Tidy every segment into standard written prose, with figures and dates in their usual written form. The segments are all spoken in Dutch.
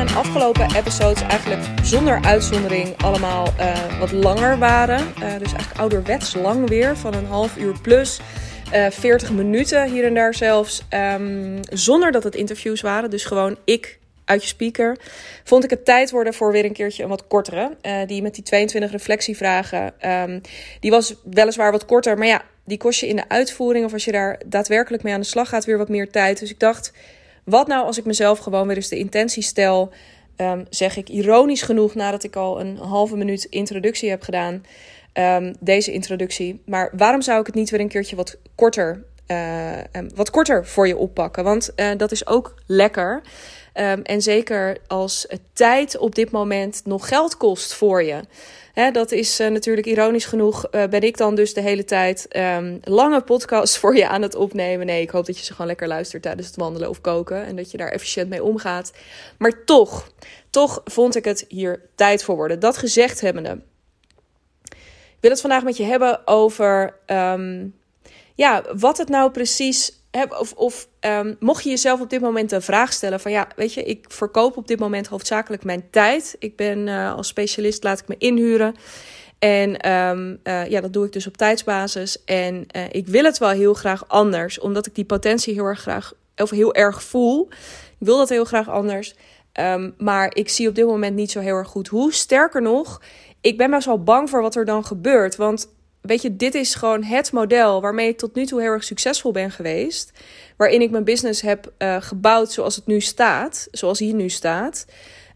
mijn afgelopen episodes eigenlijk zonder uitzondering allemaal wat langer waren. Dus eigenlijk ouderwets lang weer, van een half uur plus 40 minuten hier en daar zelfs. Zonder dat het interviews waren, dus gewoon ik uit je speaker. Vond ik het tijd worden voor weer een keertje een wat kortere. Die met die 22 reflectievragen, die was weliswaar wat korter, maar ja, die kost je in de uitvoering of als je daar daadwerkelijk mee aan de slag gaat weer wat meer tijd. Dus ik dacht, wat nou als ik mezelf gewoon weer eens de intentie stel, zeg ik ironisch genoeg nadat ik al een halve minuut introductie heb gedaan, deze introductie. Maar waarom zou ik het niet weer een keertje wat korter voor je oppakken? Want dat is ook lekker. En zeker als tijd op dit moment nog geld kost voor je. Dat is natuurlijk ironisch genoeg. Ben ik dan dus de hele tijd lange podcasts voor je aan het opnemen. Nee, ik hoop dat je ze gewoon lekker luistert tijdens het wandelen of koken. En dat je daar efficiënt mee omgaat. Maar toch vond ik het hier tijd voor worden. Dat gezegd hebbende. Ik wil het vandaag met je hebben over wat het nou precies... mocht je jezelf op dit moment de vraag stellen van ja, weet je, ik verkoop op dit moment hoofdzakelijk mijn tijd. Ik ben als specialist, laat ik me inhuren. En dat doe ik dus op tijdsbasis. En ik wil het wel heel graag anders, omdat ik die potentie heel erg voel. Ik wil dat heel graag anders. Maar ik zie op dit moment niet zo heel erg goed hoe. Sterker nog, ik ben best wel bang voor wat er dan gebeurt. Want weet je, dit is gewoon het model waarmee ik tot nu toe heel erg succesvol ben geweest. Waarin ik mijn business heb gebouwd zoals het nu staat. Zoals hier nu staat.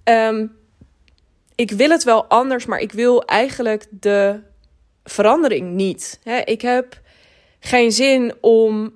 Ik wil het wel anders, maar ik wil eigenlijk de verandering niet. Ik heb geen zin om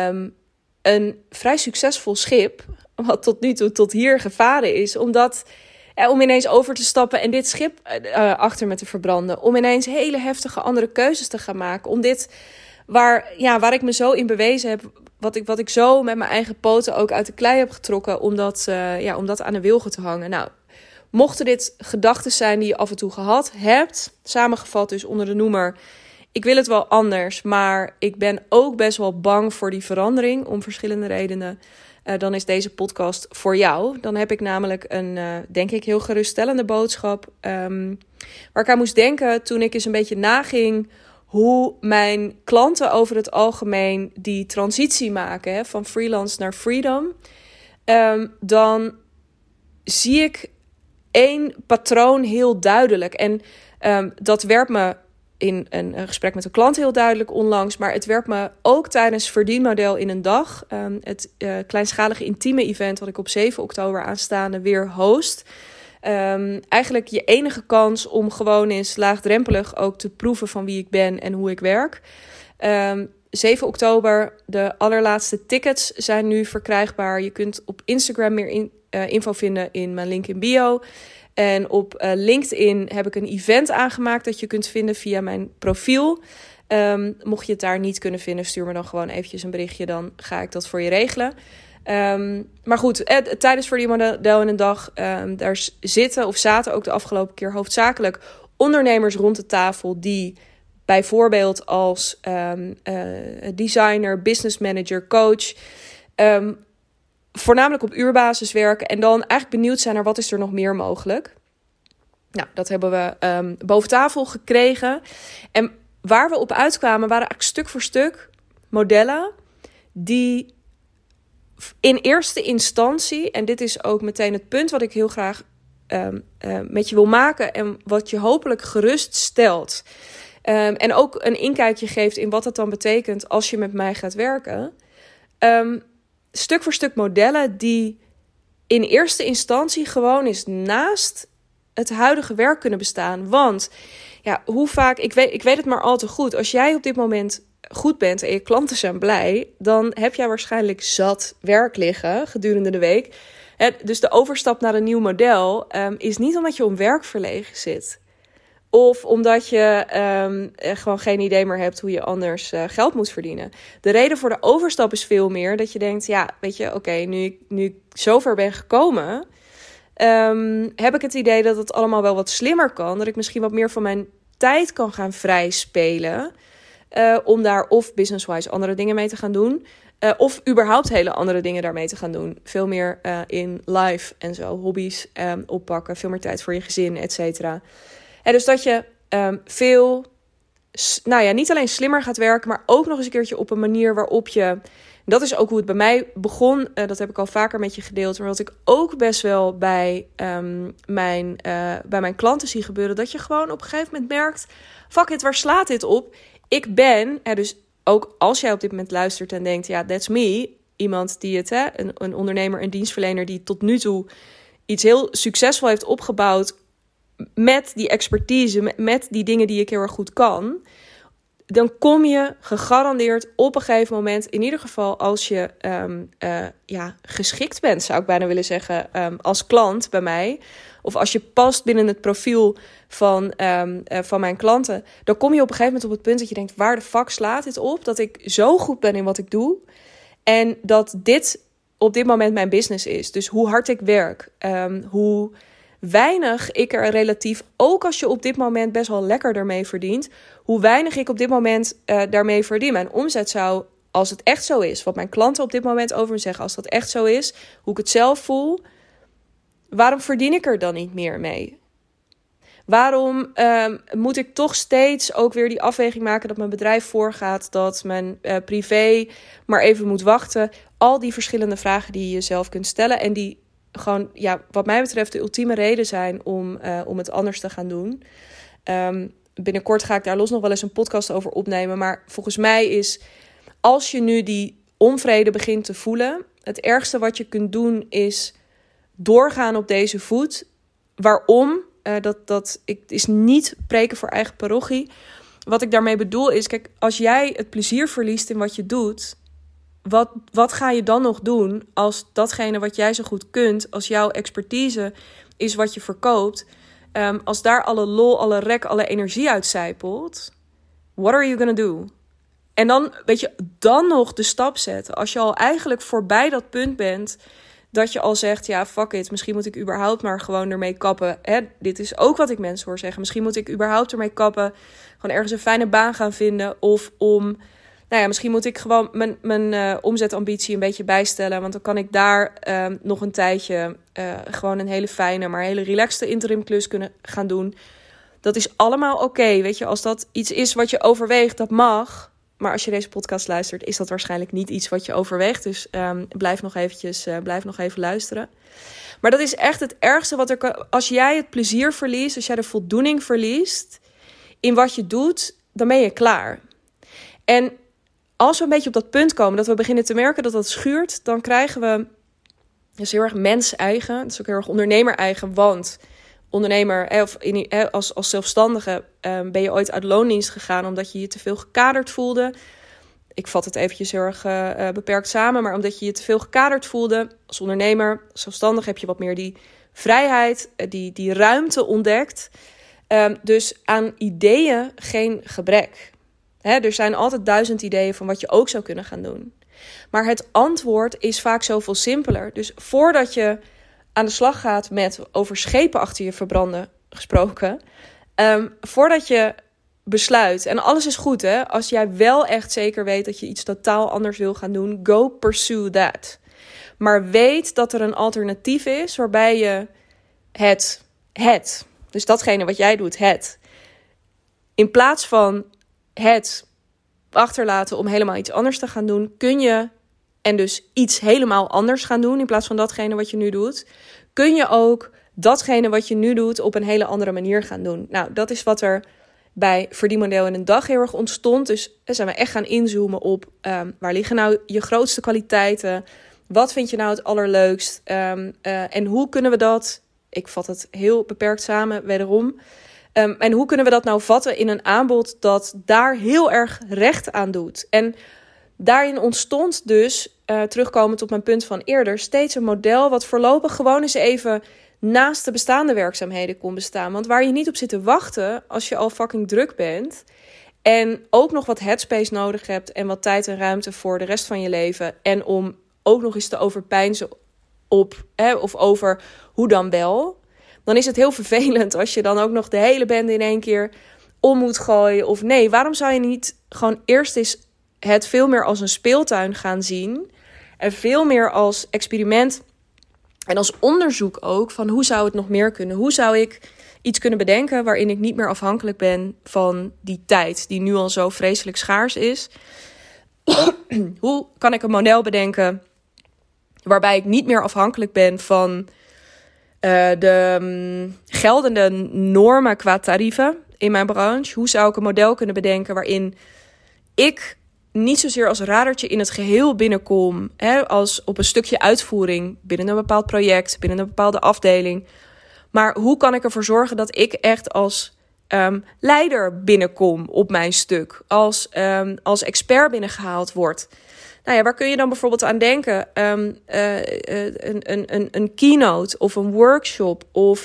een vrij succesvol schip, wat tot nu toe tot hier gevaren is, om ineens over te stappen en dit schip achter me te verbranden. Om ineens hele heftige andere keuzes te gaan maken. Om dit, waar ik me zo in bewezen heb, wat ik zo met mijn eigen poten ook uit de klei heb getrokken, om dat aan de wilgen te hangen. Nou, mochten dit gedachten zijn die je af en toe gehad hebt, samengevat dus onder de noemer, ik wil het wel anders, maar ik ben ook best wel bang voor die verandering, om verschillende redenen. Dan is deze podcast voor jou. Dan heb ik namelijk een, denk ik, heel geruststellende boodschap. Waar ik aan moest denken toen ik eens een beetje naging hoe mijn klanten over het algemeen die transitie maken, van freelance naar freedom. Dan zie ik één patroon heel duidelijk. En dat werd me in een gesprek met een klant heel duidelijk onlangs. Maar het werpt me ook tijdens Verdienmodel in een dag. Het kleinschalige intieme event wat ik op 7 oktober aanstaande weer host. Eigenlijk je enige kans om gewoon eens laagdrempelig ook te proeven van wie ik ben en hoe ik werk. 7 oktober, de allerlaatste tickets zijn nu verkrijgbaar. Je kunt op Instagram meer info vinden in mijn link in bio. En op LinkedIn heb ik een event aangemaakt dat je kunt vinden via mijn profiel. Mocht je het daar niet kunnen vinden, stuur me dan gewoon eventjes een berichtje. Dan ga ik dat voor je regelen. Maar goed, tijdens Verdienmodel in een dag, daar zaten ook de afgelopen keer hoofdzakelijk ondernemers rond de tafel die bijvoorbeeld als designer, business manager, coach, voornamelijk op uurbasis werken en dan eigenlijk benieuwd zijn naar wat is er nog meer mogelijk. Nou, dat hebben we boven tafel gekregen. En waar we op uitkwamen waren eigenlijk stuk voor stuk modellen die in eerste instantie, en dit is ook meteen het punt wat ik heel graag met je wil maken en wat je hopelijk gerust stelt. En ook een inkijkje geeft in wat het dan betekent als je met mij gaat werken. Stuk voor stuk modellen die in eerste instantie gewoon eens naast het huidige werk kunnen bestaan. Want ja, hoe vaak, ik weet het maar al te goed. Als jij op dit moment goed bent en je klanten zijn blij, dan heb jij waarschijnlijk zat werk liggen gedurende de week. Dus de overstap naar een nieuw model is niet omdat je om werk verlegen zit. Of omdat je gewoon geen idee meer hebt hoe je anders geld moet verdienen. De reden voor de overstap is veel meer dat je denkt, ja, weet je, oké, nu ik zover ben gekomen, heb ik het idee dat het allemaal wel wat slimmer kan. Dat ik misschien wat meer van mijn tijd kan gaan vrijspelen. Om daar of business-wise andere dingen mee te gaan doen. Of überhaupt hele andere dingen daarmee te gaan doen. Veel meer in live en zo. Hobby's oppakken. Veel meer tijd voor je gezin, et cetera. En dus dat je veel... niet alleen slimmer gaat werken, maar ook nog eens een keertje op een manier waarop je... Dat is ook hoe het bij mij begon. Dat heb ik al vaker met je gedeeld. Maar wat ik ook best wel bij mijn klanten zie gebeuren. Dat je gewoon op een gegeven moment merkt... Fuck it, waar slaat dit op? Ik ben, dus ook als jij op dit moment luistert en denkt... Ja, that's me. Iemand die het, een ondernemer, een dienstverlener... die tot nu toe iets heel succesvol heeft opgebouwd... met die expertise, met die dingen die ik heel erg goed kan... dan kom je gegarandeerd op een gegeven moment... in ieder geval als je geschikt bent, zou ik bijna willen zeggen... als klant bij mij... of als je past binnen het profiel van mijn klanten... dan kom je op een gegeven moment op het punt dat je denkt... waar de fuck slaat dit op? Dat ik zo goed ben in wat ik doe... en dat dit op dit moment mijn business is. Dus hoe hard ik werk, hoe... weinig ik er relatief, ook als je op dit moment best wel lekker ermee verdient... hoe weinig ik op dit moment daarmee verdien. Mijn omzet zou, als het echt zo is... wat mijn klanten op dit moment over me zeggen... als dat echt zo is, hoe ik het zelf voel... waarom verdien ik er dan niet meer mee? Waarom moet ik toch steeds ook weer die afweging maken... dat mijn bedrijf voorgaat, dat mijn privé maar even moet wachten? Al die verschillende vragen die je jezelf kunt stellen... en die gewoon, wat mij betreft de ultieme reden zijn om het anders te gaan doen. Binnenkort ga ik daar los nog wel eens een podcast over opnemen. Maar volgens mij is, als je nu die onvrede begint te voelen... het ergste wat je kunt doen is doorgaan op deze voet. Waarom? Dat is niet preken voor eigen parochie. Wat ik daarmee bedoel is, kijk, als jij het plezier verliest in wat je doet... Wat ga je dan nog doen als datgene wat jij zo goed kunt... als jouw expertise is wat je verkoopt... als daar alle lol, alle rek, alle energie uit zijpelt... what are you gonna do? En dan, dan nog de stap zetten. Als je al eigenlijk voorbij dat punt bent... dat je al zegt, ja, fuck it... misschien moet ik überhaupt maar gewoon ermee kappen. Dit is ook wat ik mensen hoor zeggen. Misschien moet ik überhaupt ermee kappen... gewoon ergens een fijne baan gaan vinden... of om... misschien moet ik gewoon mijn omzetambitie een beetje bijstellen. Want dan kan ik daar nog een tijdje gewoon een hele fijne, maar hele relaxte interimklus kunnen gaan doen. Dat is allemaal oké. Weet je, als dat iets is wat je overweegt, dat mag. Maar als je deze podcast luistert, is dat waarschijnlijk niet iets wat je overweegt. Dus blijf nog even luisteren. Maar dat is echt het ergste wat er kan. Als jij het plezier verliest, als jij de voldoening verliest in wat je doet, dan ben je klaar. En als we een beetje op dat punt komen, dat we beginnen te merken dat dat schuurt, dan krijgen we, dat is heel erg mens-eigen, dat is ook heel erg ondernemer-eigen, want ondernemer, als zelfstandige ben je ooit uit loondienst gegaan omdat je je te veel gekaderd voelde. Ik vat het eventjes heel erg beperkt samen, maar omdat je je te veel gekaderd voelde. Als ondernemer, zelfstandig heb je wat meer die vrijheid, die ruimte ontdekt. Dus aan ideeën geen gebrek. Er zijn altijd 1000 ideeën van wat je ook zou kunnen gaan doen. Maar het antwoord is vaak zoveel simpeler. Dus voordat je aan de slag gaat met over schepen achter je verbranden gesproken. Voordat je besluit, en alles is goed als jij wel echt zeker weet dat je iets totaal anders wil gaan doen. Go pursue that. Maar weet dat er een alternatief is waarbij je dus datgene wat jij doet, in plaats van het achterlaten om helemaal iets anders te gaan doen, kun je, en dus iets helemaal anders gaan doen in plaats van datgene wat je nu doet, kun je ook datgene wat je nu doet op een hele andere manier gaan doen. Nou, dat is wat er bij Verdienmodel in een dag heel erg ontstond. Dus zijn we echt gaan inzoomen op waar liggen nou je grootste kwaliteiten? Wat vind je nou het allerleukst? En hoe kunnen we dat, ik vat het heel beperkt samen, wederom. En hoe kunnen we dat nou vatten in een aanbod dat daar heel erg recht aan doet? En daarin ontstond dus, terugkomend op mijn punt van eerder, steeds een model wat voorlopig gewoon eens even naast de bestaande werkzaamheden kon bestaan. Want waar je niet op zit te wachten als je al fucking druk bent en ook nog wat headspace nodig hebt en wat tijd en ruimte voor de rest van je leven en om ook nog eens te overpeinzen op of over hoe dan wel, dan is het heel vervelend als je dan ook nog de hele bende in één keer om moet gooien. Of nee, waarom zou je niet gewoon eerst eens het veel meer als een speeltuin gaan zien. En veel meer als experiment en als onderzoek ook van hoe zou het nog meer kunnen? Hoe zou ik iets kunnen bedenken waarin ik niet meer afhankelijk ben van die tijd die nu al zo vreselijk schaars is? Hoe kan ik een model bedenken waarbij ik niet meer afhankelijk ben van de geldende normen qua tarieven in mijn branche? Hoe zou ik een model kunnen bedenken waarin ik niet zozeer als radertje in het geheel binnenkom, als op een stukje uitvoering binnen een bepaald project, binnen een bepaalde afdeling. Maar hoe kan ik ervoor zorgen dat ik echt als leider binnenkom op mijn stuk, als expert binnengehaald word? Nou ja, waar kun je dan bijvoorbeeld aan denken? Een keynote of een workshop of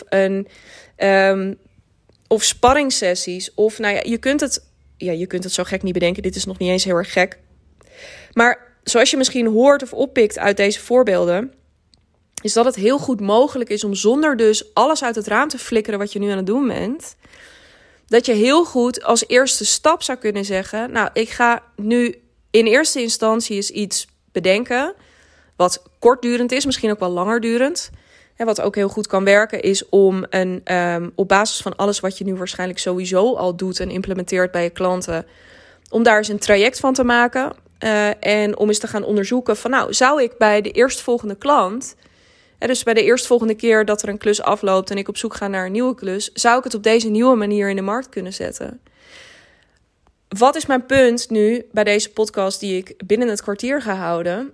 of sparringssessies. Of nou ja, je kunt het zo gek niet bedenken. Dit is nog niet eens heel erg gek. Maar zoals je misschien hoort of oppikt uit deze voorbeelden, is dat het heel goed mogelijk is om zonder dus alles uit het raam te flikkeren wat je nu aan het doen bent, dat je heel goed als eerste stap zou kunnen zeggen, nou, ik ga nu in eerste instantie eens iets bedenken wat kortdurend is, misschien ook wel langerdurend. En wat ook heel goed kan werken is om op basis van alles wat je nu waarschijnlijk sowieso al doet en implementeert bij je klanten, om daar eens een traject van te maken. En om eens te gaan onderzoeken van, nou, zou ik bij de eerstvolgende klant, dus bij de eerstvolgende keer dat er een klus afloopt en ik op zoek ga naar een nieuwe klus, zou ik het op deze nieuwe manier in de markt kunnen zetten? Wat is mijn punt nu bij deze podcast die ik binnen het kwartier ga houden?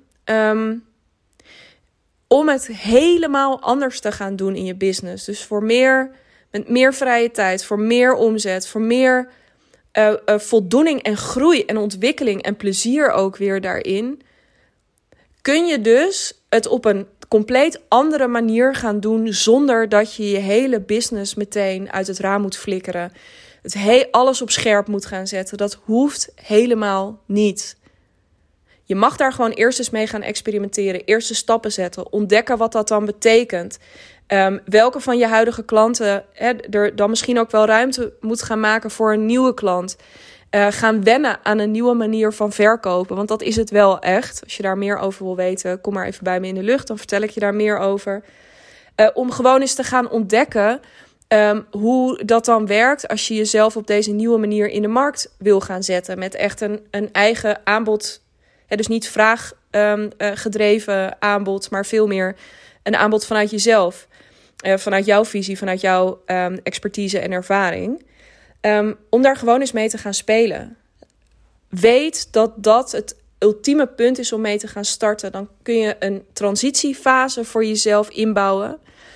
Om het helemaal anders te gaan doen in je business. Dus met meer vrije tijd, voor meer omzet, voor meer voldoening en groei en ontwikkeling en plezier ook weer daarin, kun je dus het op een compleet andere manier gaan doen zonder dat je je hele business meteen uit het raam moet flikkeren. Alles op scherp moet gaan zetten. Dat hoeft helemaal niet. Je mag daar gewoon eerst eens mee gaan experimenteren. Eerste stappen zetten. Ontdekken wat dat dan betekent. Welke van je huidige klanten er dan misschien ook wel ruimte moet gaan maken voor een nieuwe klant. Gaan wennen aan een nieuwe manier van verkopen. Want dat is het wel echt. Als je daar meer over wil weten, kom maar even bij me in de lucht. Dan vertel ik je daar meer over. Om gewoon eens te gaan ontdekken hoe dat dan werkt als je jezelf op deze nieuwe manier in de markt wil gaan zetten. Met echt een eigen aanbod. Dus niet vraaggedreven aanbod, maar veel meer een aanbod vanuit jezelf. Vanuit jouw visie, vanuit jouw expertise en ervaring. Om daar gewoon eens mee te gaan spelen. Weet dat dat het ultieme punt is om mee te gaan starten. Dan kun je een transitiefase voor jezelf inbouwen.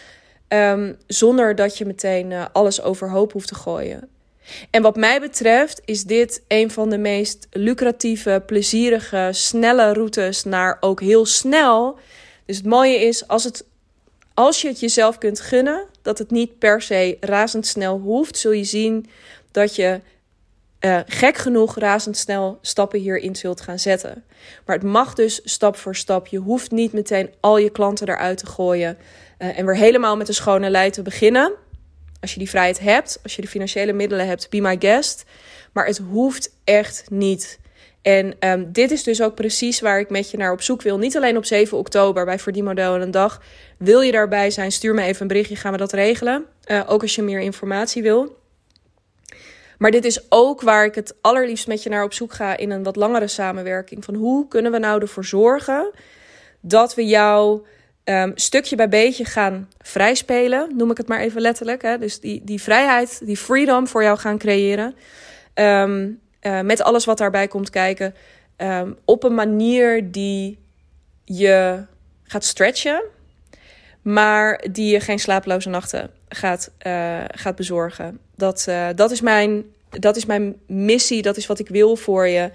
Zonder dat je meteen alles overhoop hoeft te gooien. En wat mij betreft is dit een van de meest lucratieve, plezierige, snelle routes naar ook heel snel. Dus het mooie is, als je het jezelf kunt gunnen, dat het niet per se razendsnel hoeft, zul je zien dat je gek genoeg razendsnel stappen hierin zult gaan zetten. Maar het mag dus stap voor stap. Je hoeft niet meteen al je klanten eruit te gooien en weer helemaal met een schone lei te beginnen. Als je die vrijheid hebt, als je de financiële middelen hebt, be my guest. Maar het hoeft echt niet. En dit is dus ook precies waar ik met je naar op zoek wil. Niet alleen op 7 oktober bij Verdienmodel in een dag. Wil je daarbij zijn, stuur me even een berichtje, gaan we dat regelen. Ook als je meer informatie wil. Maar dit is ook waar ik het allerliefst met je naar op zoek ga in een wat langere samenwerking. Van hoe kunnen we nou ervoor zorgen dat we jou stukje bij beetje gaan vrijspelen, noem ik het maar even letterlijk. Hè? Dus die vrijheid, die freedom voor jou gaan creëren. Met alles wat daarbij komt kijken. Op een manier die je gaat stretchen, maar die je geen slapeloze nachten gaat bezorgen. Dat is mijn missie, dat is wat ik wil voor je.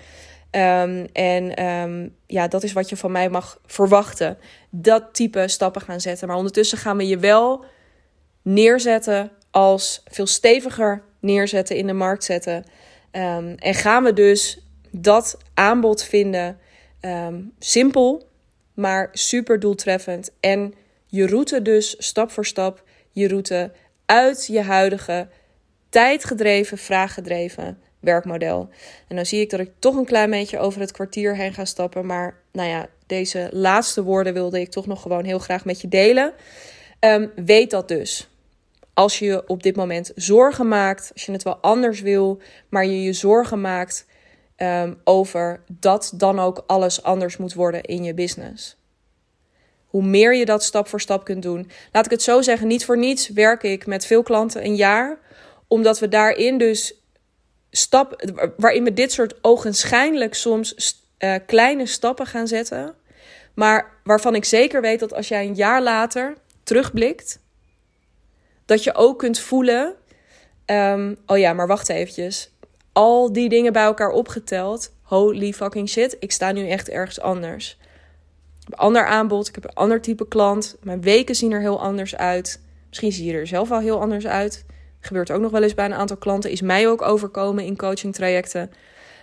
Dat is wat je van mij mag verwachten. Dat type stappen gaan zetten. Maar ondertussen gaan we je wel neerzetten als veel steviger neerzetten, in de markt zetten. En gaan we dus dat aanbod vinden. Simpel, maar super doeltreffend. En je route dus stap voor stap, je route uit je huidige tijdgedreven, vraaggedreven werkmodel. En dan zie ik dat ik toch een klein beetje over het kwartier heen ga stappen. Maar deze laatste woorden wilde ik toch nog gewoon heel graag met je delen. Weet dat dus. Als je je op dit moment zorgen maakt, als je het wel anders wil, maar je zorgen maakt over dat dan ook alles anders moet worden in je business. Hoe meer je dat stap voor stap kunt doen. Laat ik het zo zeggen, niet voor niets werk ik met veel klanten een jaar. Omdat we daarin dus waarin we dit soort ogenschijnlijk soms kleine stappen gaan zetten. Maar waarvan ik zeker weet dat als jij een jaar later terugblikt, dat je ook kunt voelen, maar wacht eventjes. Al die dingen bij elkaar opgeteld, holy fucking shit, ik sta nu echt ergens anders. Ik heb een ander aanbod, ik heb een ander type klant. Mijn weken zien er heel anders uit. Misschien zie je er zelf wel heel anders uit. Gebeurt ook nog wel eens bij een aantal klanten. Is mij ook overkomen in coaching trajecten.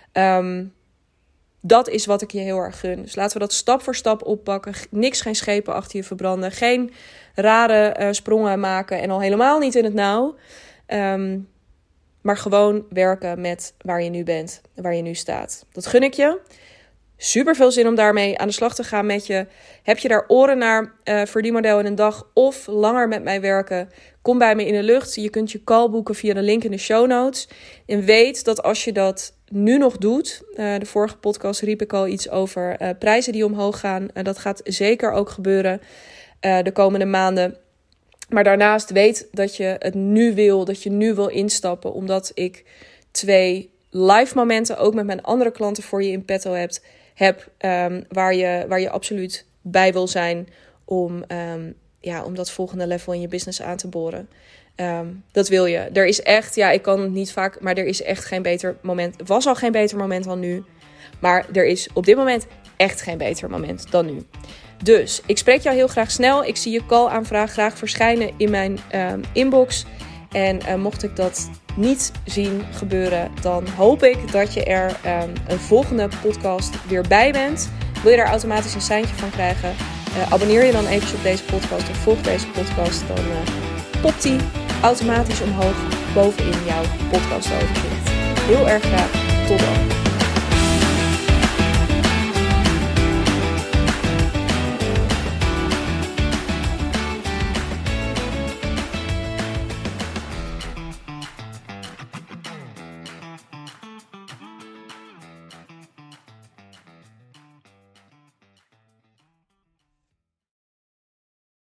Dat is wat ik je heel erg gun. Dus laten we dat stap voor stap oppakken. Geen schepen achter je verbranden. Geen rare sprongen maken. En al helemaal niet in het nauw. Maar gewoon werken met waar je nu bent. Waar je nu staat. Dat gun ik je. Super veel zin om daarmee aan de slag te gaan met je. Heb je daar oren naar verdienmodel in een dag of langer met mij werken? Kom bij me in de lucht. Je kunt je call boeken via de link in de show notes. En weet dat als je dat nu nog doet. De vorige podcast riep ik al iets over prijzen die omhoog gaan. Dat gaat zeker ook gebeuren de komende maanden. Maar daarnaast weet dat je het nu wil. Dat je nu wil instappen. Omdat ik 2 live momenten ook met mijn andere klanten voor je in petto heb. Waar je absoluut bij wil zijn om dat volgende level in je business aan te boren. Dat wil je. Er is echt, ik kan het niet vaak, maar er is echt geen beter moment. Er was al geen beter moment dan nu. Maar er is op dit moment echt geen beter moment dan nu. Dus ik spreek jou heel graag snel. Ik zie je call-aanvraag graag verschijnen in mijn inbox. En mocht ik dat niet zien gebeuren, dan hoop ik dat je er een volgende podcast weer bij bent. Wil je daar automatisch een seintje van krijgen? Abonneer je dan even op deze podcast of volg deze podcast. Dan popt die automatisch omhoog bovenin jouw podcastoverzicht. Heel erg graag. Tot dan.